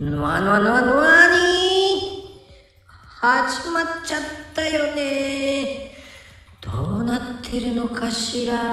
のわのわのわのわに始まっちゃったよね。どうなってるのかしら。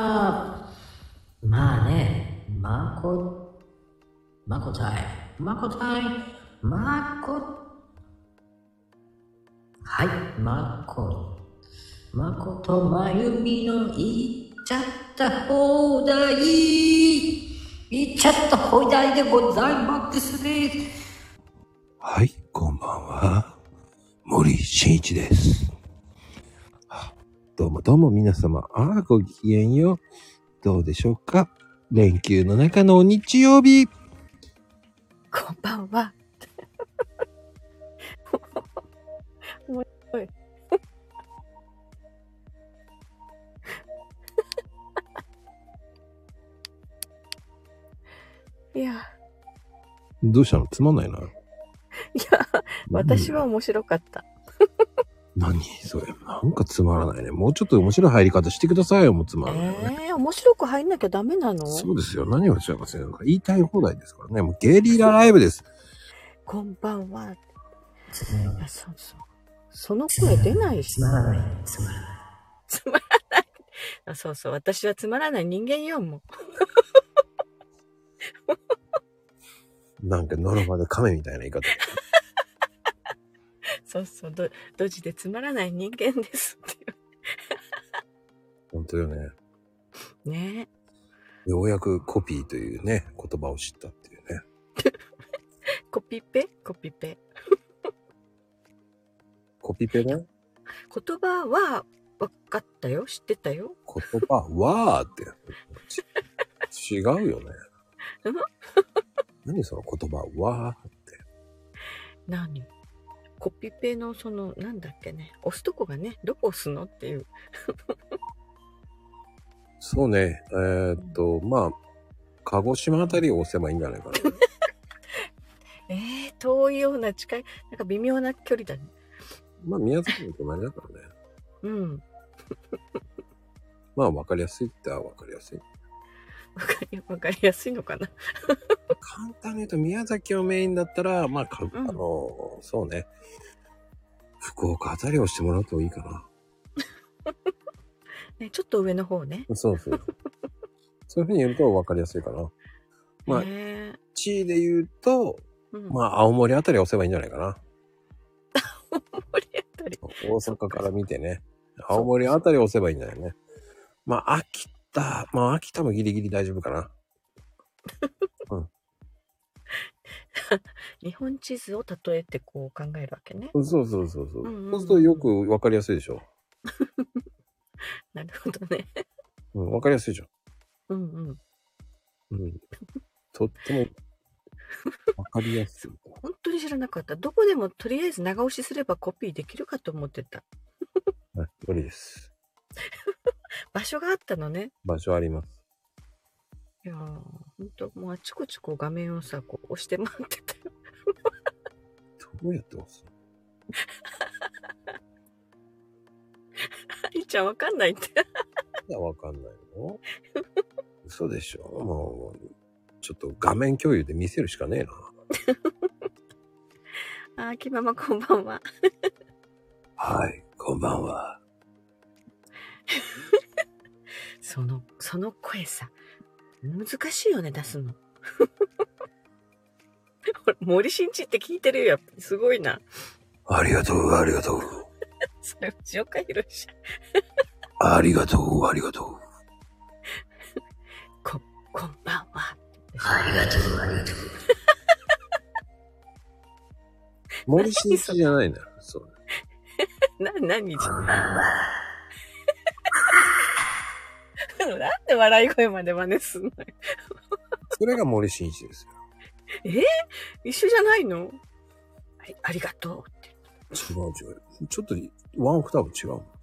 まあね、まこたい、はい、まことまゆみの言っちゃった放題でございますね。 はい、こんばんは。森進一です。どうも皆様、ごきげんよう。どうでしょうか。連休の中の日曜日。 こんばんは。面白い。いや。 どうしたの？つまんないな。 いや、私は面白かった。 何それ。なんかつまらないね。もうちょっと面白い入り方してくださいよ、もうつまらない、ね。 面白く入んなきゃダメなの？ そうですよ。何をおっしゃいますよ。言いたい放題ですからね。もうゲリラライブです。 こんばんは。いや、そう。その声出ないし。 つまらない。 そう。私はつまらない人間よ、もう。なんかノロマで亀みたいな言い方。 そう、ドジでつまらない人間ですっていう。 本当よね。 ねえ。ようやくコピーというね、言葉を知ったっていうね。 コピペコピペね。 言葉は分かったよ。知ってたよ。 言葉はって。違うよね。何その言葉はって。 何コピペのなんだっけね。押すとこがね、どこ押すのっていう。 そうね。まあ、鹿児島あたりを押せばいいんじゃないかな。 遠いような近い、なんか微妙な距離だね。 まあ、宮崎の隣だからね。 うん。 まあ、わかりやすいってわかりやすい。 わかりやすいのかな。 簡単に言うと、宮崎をメインだったら、まあ、そうね。福岡あたりをしてもらうといいかな。 ね、ちょっと上の方ね。 そう。そういうふうに言うとわかりやすいかな。まあ、地位で言うと、まあ、青森あたり押せばいいんじゃないかな。 青森あたり。 大阪から見てね。青森あたり押せばいいんだよね。まあ、秋田もギリギリ大丈夫かな。うん。 日本地図を例えてこう考えるわけね。 そう。そうするとよくわかりやすいでしょ。 なるほどね。 うん、わかりやすいじゃん。 うん。 とってもわかりやすい。 本当に知らなかった。どこでもとりあえず長押しすればコピーできるかと思ってた。 はい、無理です。 場所があったのね。 場所あります。 いやー、ほんと、もうあちこちこう画面をさ、こう押して待ってたよ。 どうやって押すの？ いっちゃんわかんないって。 いや、わかんないの？嘘でしょ？もう、ちょっと画面共有で見せるしかねえな。 きままこんばんは。 はい、こんばんは。 その声さ、難しいよね、出すの。森進一って聞いてるよ。すごいな。 ありがとう。 それ、藤岡弘じゃん。ありがとう。 こんばんは。 ありがとう。 森進一じゃないんだよ。そう。 何こんばんは。なんで笑い声まで真似すんのよ。 それが森進一ですよ。 一緒じゃないの？はい、ありがとうって。 違う。ちょっとワンオクターブ違う。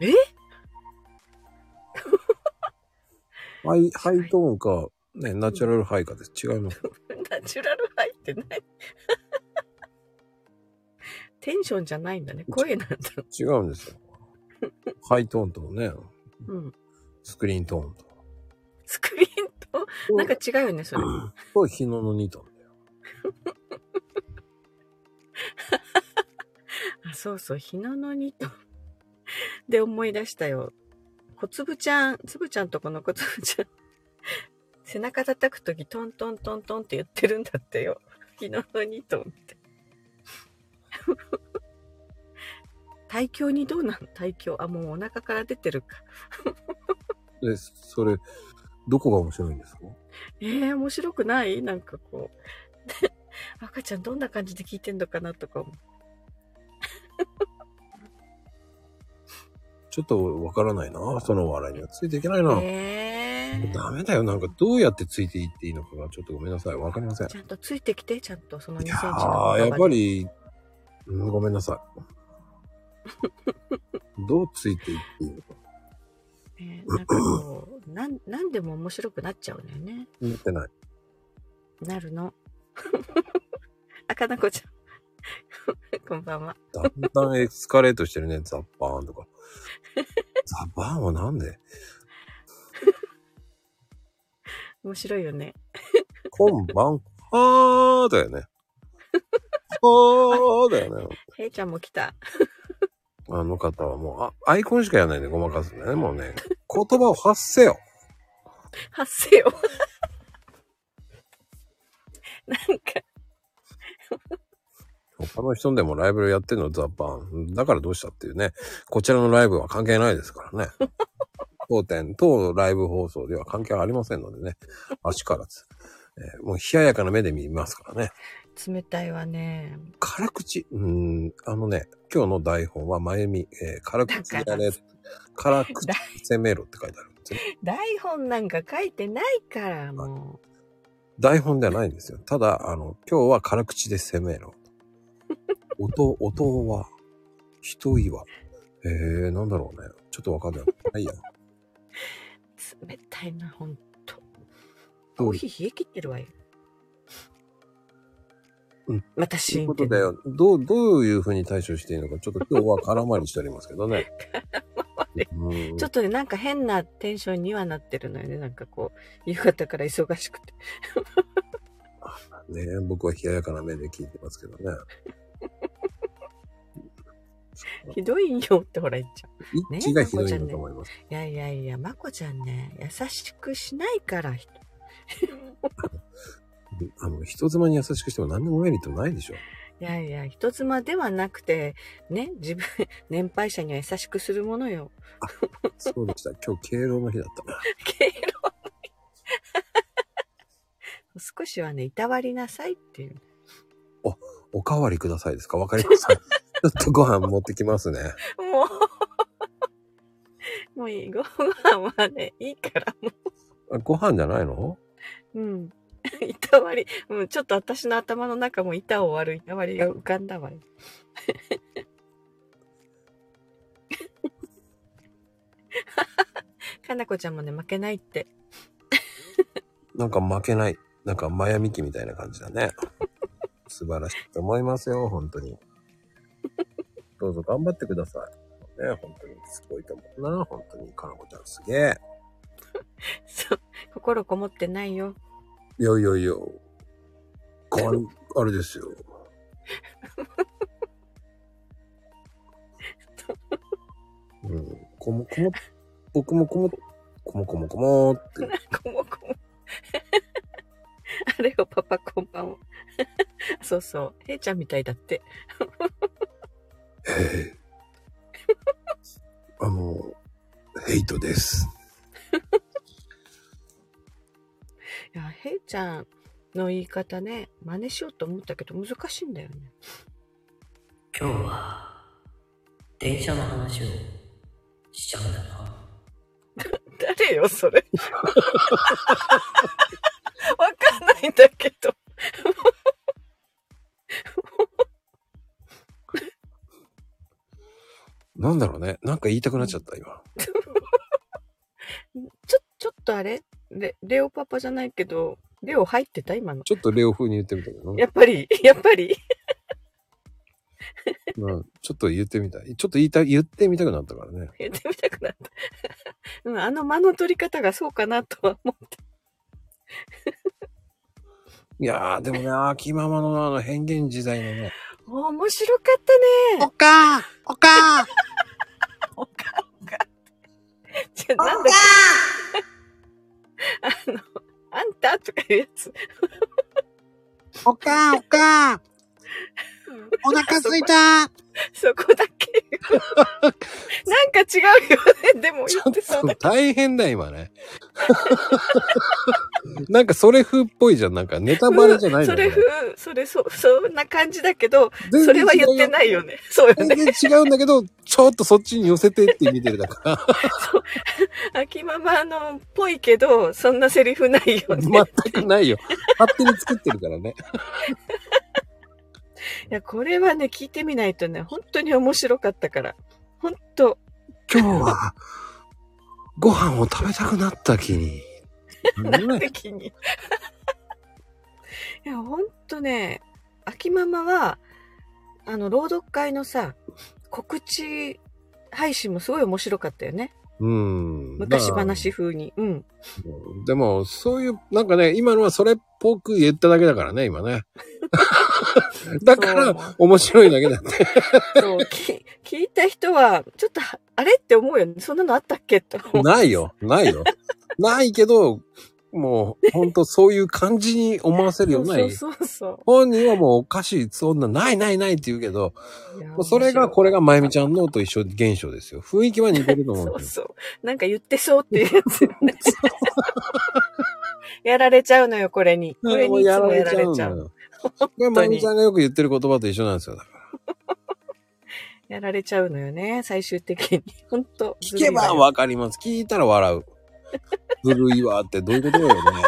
ハイトーンか、ね、ナチュラルハイかです。違います。 ナチュラルハイって何？テンションじゃないんだね。声なんだ。 違うんですよ。ハイトーンとね、スクリーントーンと。 スクリーンとなんか違うよね、それ。 そう、日野の2トーンだよ。 そうそう、ひなのにと。で思い出したよ。つぶちゃんとこの小つぶちゃん。背中叩くときトントントントンって言ってるんだってよ。ひなのにと思って。大胸にどうなの？大胸。あ、もうお腹から出てるか。 それ、どこが面白いんですか？ 面白くない？なんかこう。赤ちゃんどんな感じで聞いてんのかなとか思う。 ちょっとわからないな。その笑いにはついていけないな。ダメだよ。なんかどうやってついていっていいのかがちょっとごめんなさい。わかりません。 ちゃんとついてきて、ちゃんとその2センチの。やっぱり、ごめんなさい。どうついていっていいのか。 なんかこう、なんでも面白くなっちゃうんだよね。 なってない。 なるの。赤なこちゃん。こんばんは。 だんだんエスカレートしてるね。ザッバーンとか。ザッバーンはなんで？ 面白いよね。 こんばんはーだよね。はーだよね。 へいちゃんも来た。 あの方はもう、アイコンしかやらないでごまかすんだよね。もうね。言葉を発せよ。 発せよ。なんか。 他の人でもライブやってるのザ・バーン。だからどうしたっていうね。こちらのライブは関係ないですからね。当ライブ放送では関係ありませんのでね。足からず。もう冷ややかな目で見ますからね。 冷たいわね。 辛口。今日の台本はまゆみ、辛口やれ、辛口攻めろって書いてあるんですよ。 台本なんか書いてないから、もう。 台本ではないんですよ。ただ、今日は辛口で攻めろ。音は、人言わ。なんだろうね。ちょっとわかんない。はいや。 冷たいな、ほんと。コーヒー冷え切ってるわよ。 うん。 またシーンって。 ということで、どういう風に対処していいのか、ちょっと今日は空回りしておりますけどね。 ちょっとね、なんか変なテンションにはなってるのよね。なんかこう、夕方から忙しくて。 ね、僕は冷ややかな目で聞いてますけどね。 ひどいよってほら言っちゃう。 一致がひどいんだと思います。 ね、いや、まこちゃんね、優しくしないから。 人妻に優しくしても何でもメリットないでしょ。 いや、人妻ではなくて、ね、自分、年配者には優しくするものよ。 そうでした。今日敬老の日だったな。 敬老の日。少しはね、いたわりなさいっていう。 おかわりくださいですか？わかりました。ちょっとご飯持ってきますね。 もういい。ご飯はね、いいからもう。ご飯じゃないの？ うん。いたわり、ちょっと私の頭の中も板を割るいたわりが浮かんだわよ。かなこちゃんもね、負けないって。 なんか負けない。なんかマヤミキみたいな感じだね。素晴らしいと思いますよ、本当に。どうぞ頑張ってください。ね、本当にすごいと思うな。本当にかなこちゃんすげえ。 そう、心こもってないよ。 いや、あれですよ。うん、僕もこもって。こも。 あれよ、パパこんばんは。そうそう、へいちゃんみたいだって。 ヘイトです。 いや、へいちゃんの言い方ね、真似しようと思ったけど難しいんだよね。 今日は電車の話をしちゃうんだな。 誰よそれ。わかんないんだけど。 なんだろうね。なんか言いたくなっちゃった今。 ちょっとあれレオパパじゃないけど、レオ入ってた今の。 ちょっとレオ風に言ってみたけど。 やっぱり。 うん、ちょっと言ってみたい。ちょっと言ってみたくなったからね。 言ってみたくなった。あの間の取り方がそうかなとは思って。 いやー、でもね、秋ママの変幻自在のね。 面白かったね。 おかーおかーおかおか。じゃ、なんだっけあんたとかいうやつ。 おかーおかーお腹すいたーそこだけ。なんか違うよね。でも言ってそうだ。 大変だ、今ね。なんかそれ風っぽいじゃん。なんかネタバレじゃないのそれ風、そんな感じだけど、 全然それは言ってないよね。そうよ全ね。 然違うんだけど、ちょっとそっちに寄せてって見てるだから。 秋ママっぽいけど、そんなセリフないよね。 全くないよ。勝手に作ってるからね。 いや、これはね、聞いてみないとね、本当に面白かったから。本当。 今日は、ご飯を食べたくなった気に。 なんで気に。いや、ほんとね、秋ママは、朗読会のさ、告知配信もすごい面白かったよね。昔話風に。うん。 でも、そういう、なんかね、今のはそれっぽく言っただけだからね、今ね。だから、面白いだけだって。 そう、聞いた人は、ちょっと、あれって思うよね。そんなのあったっけって思う。 ないよ。ないけど、もう、ほんとそういう感じに思わせるような。 そう。 本人はもうおかしい、そんな、ないって言うけど、もうそれが、これがまゆみちゃんのと一緒現象ですよ。雰囲気は似てると思う。 そう。なんか言ってそうっていうやつよね。やられちゃうのよ、これに。これにいつもやられちゃう。 これまゆみちゃんがよく言ってる言葉と一緒なんですよ、だから。 やられちゃうのよね、最終的に。ほんと。 聞けばわかります。聞いたら笑う。ずるいわってどういうことだよね。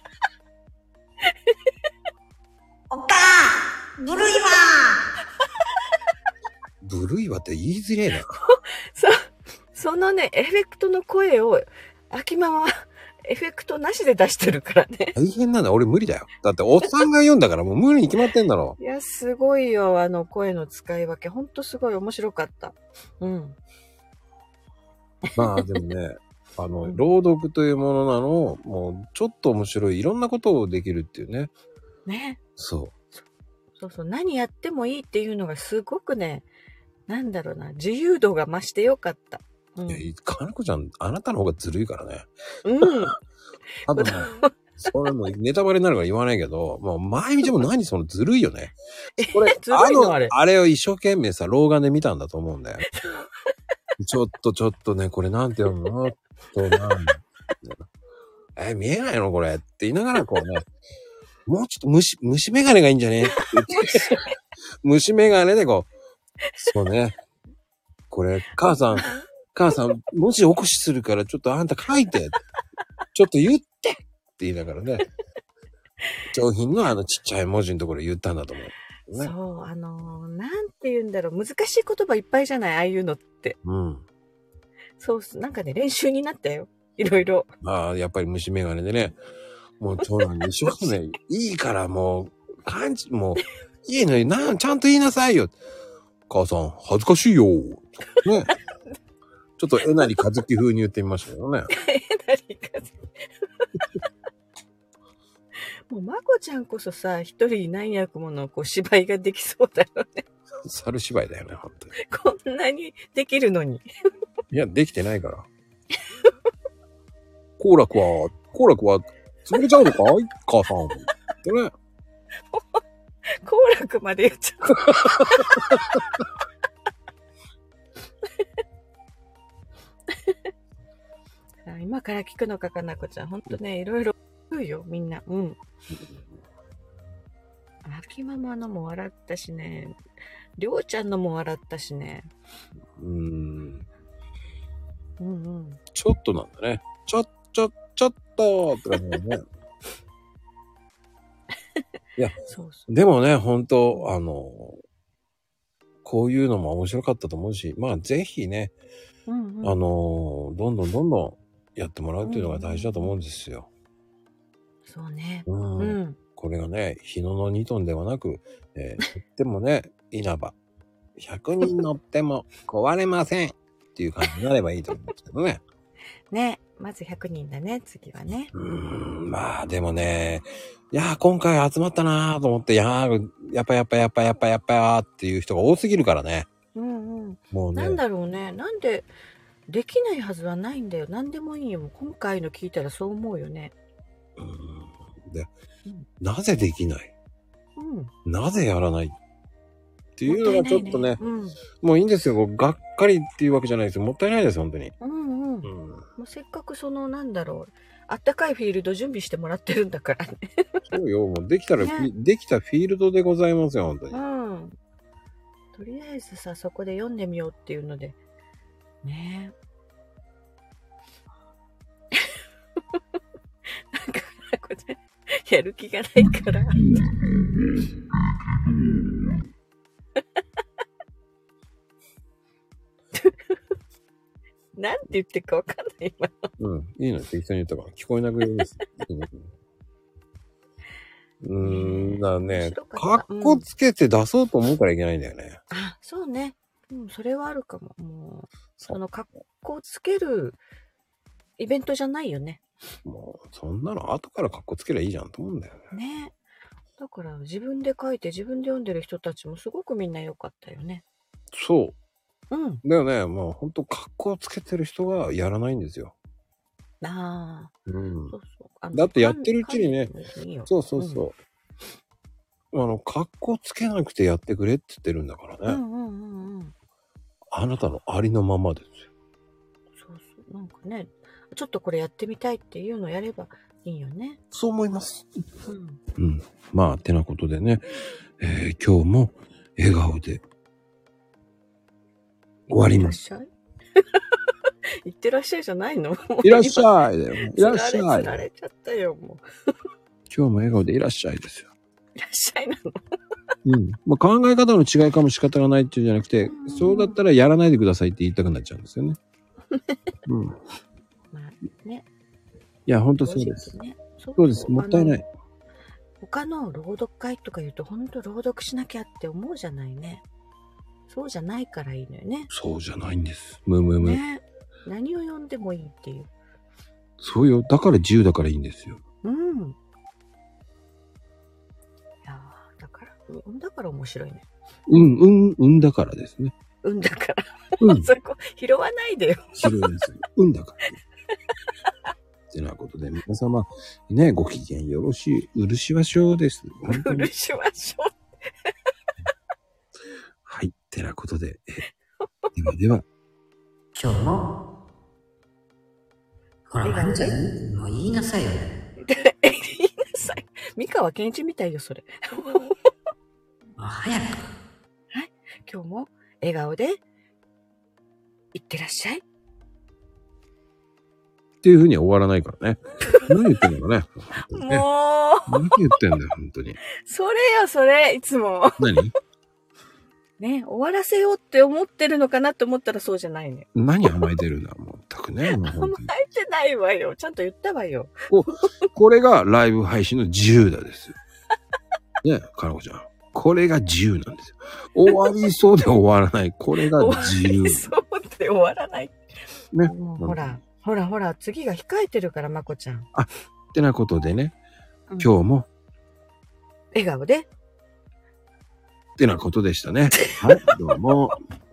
おかーずるいわずるいわって言いづれえな。 そのね、エフェクトの声を、秋ママはエフェクトなしで出してるからね。 大変なんだ。俺無理だよ。だっておっさんが言うんだからもう無理に決まってんだろ。 いや、すごいよ、声の使い分け。ほんとすごい面白かった。うん。 まあでもね、朗読というものなの、もうちょっと面白い、いろんなことをできるっていうね。 ね。 そう。 何やってもいいっていうのがすごくね、なんだろうな、自由度が増してよかった。 うん、かなこちゃん、あなたの方がずるいからね。 うん。 あとね、それもネタバレになるから言わないけど、もうまゆみちゃんも何そのずるいよね。これ、 ずるいのあれを一生懸命さ、老眼で見たんだと思うんだよ。ちょっとね、これなんて読むの見えないのこれって言いながらこうね、もうちょっと虫眼鏡がいいんじゃねって言って、虫眼鏡でこう、そうね、これ、母さん、文字起こしするからちょっとあんた書いて、ちょっと言ってって言いながらね、商品のちっちゃい文字のところ言ったんだと思う。ね、 そう、なんて言うんだろう、難しい言葉いっぱいじゃない、ああいうのって。 うん。 そう、なんかね、練習になったよ。いろいろ。 まあ、やっぱり虫眼鏡でね、もう長男に一生懸命、いいからもう、もう、いいのにちゃんと言いなさいよ。母さん、恥ずかしいよ。ね。ちょっとえなりかずき風に言ってみましたけどね。 えなりかずき。もう、まこちゃんこそさ、一人何役もの芝居ができそうだよね。 猿芝居だよね、本当に。 こんなにできるのに。 いや、できてないから。好楽は、潰れちゃうのかい母さん。ってね。 好楽まで言っちゃう。今から聞くのかなこちゃん。ほんとね、いろいろ言うよ、みんな。うん。秋ママのも笑ったしね。りょうちゃんのも笑ったしね。 うんうん。 ちょっとなんだね。ちょっとって感じだね。いや、そうでもね、本当こういうのも面白かったと思うし、まあぜひね、どんどんやってもらうっていうのが大事だと思うんですよ。 そうね。 これがね、日野の2トンではなく、でもね、稲葉、100人乗っても壊れませんっていう感じになればいいと思うんですけどね。 ね、まず100人だね、次はね。 まあでもね、いやー今回集まったなーと思って、いやーやっぱっていう人が多すぎるからね。 うんうん。 もうね。 なんだろうね。なんで、できないはずはないんだよ。何でもいいよ。もう今回の聞いたらそう思うよね。 で、 うん、 なぜできない、 うん、 なぜやらないっていうのがちょっとね、 うん、 もういいんですよ。がっかりっていうわけじゃないですよ。もったいないです、本当に。 うんうん。 うん、 もうせっかくその、なんだろう。あったかいフィールド準備してもらってるんだからね。 そうよ。もうできたら、 ね、 できたフィールドでございますよ、本当に。 うん。とりあえずさ、そこで読んでみようっていうので。ねなんか、これやる気がないから。なんて言ってるかわかんない今。 うん。いいの、適当に言ったから。聞こえなくなります。だね、かっこつけて出そうと思うからいけないんだよね。 あ、そうね。うん、それはあるかも。もう、そのかっこつけるイベントじゃないよね。 もう、そんなの後からかっこつけりゃいいじゃんと思うんだよね。 ね。だから自分で書いて自分で読んでる人たちもすごくみんな良かったよね。 そう。 うん。 だよね、もうほんと格好つけてる人がやらないんですよ。 ああ。 うん。 そうそう。 だってやってるうちにね、そうそうそう。格好つけなくてやってくれって言ってるんだからね。 うんうんうんうん。 あなたのありのままですよ。 そうそう。なんかね、ちょっとこれやってみたいっていうのをやればいいよね。 そう思います。 うん。 うん。まあ、てなことでね、今日も笑顔で終わります。 いってらっしゃいじゃないの？ いらっしゃいだよ。いらっしゃい。 つられちゃったよ、もう。 今日も笑顔でいらっしゃいですよ。 いらっしゃいなの。 うん。まあ、考え方の違いかも仕方がないっていうんじゃなくて、そうだったらやらないでくださいって言いたくなっちゃうんですよね。うん。まあね。 いや、ほんとそうです。ね、そうです。もったいない。 他の朗読会とか言うと、ほんと朗読しなきゃって思うじゃないね。そうじゃないからいいのよね。 そうじゃないんです。ね。 何を読んでもいいっていう。 そうよ。だから自由だからいいんですよ。 うん。いやだから面白いね。 だからですね。 だから。そこ、拾わないでよ。 拾いですよ。だから。ってなことで、皆様、ね、ご機嫌よろしい、うるしわしょうです。 うるしわしょう。 はい。ってなことで、では。 今日も、ほら、ワンちゃん、もう言いなさいよ。 言いなさい。三河健一みたいよ、それ。 早く。 はい。今日も笑顔で、いってらっしゃい。 っていう風には終わらないからね。何言ってんのかね。 もう。 何言ってんだよ、本当に。 それ、いつも。 何ね、終わらせようって思ってるのかなって思ったらそうじゃないね。 何甘えてるんだ、もう。たくね。 甘えてないわよ。ちゃんと言ったわよ。 これがライブ配信の自由だですよ。ね、かなこちゃん。これが自由なんですよ。終わりそうで終わらない。これが自由。 終わりそうで終わらない。 ね。 ほら、次が控えてるから、まこちゃん。 ってなことでね、今日も、 笑顔で。 ってなことでしたね。はい、どうも。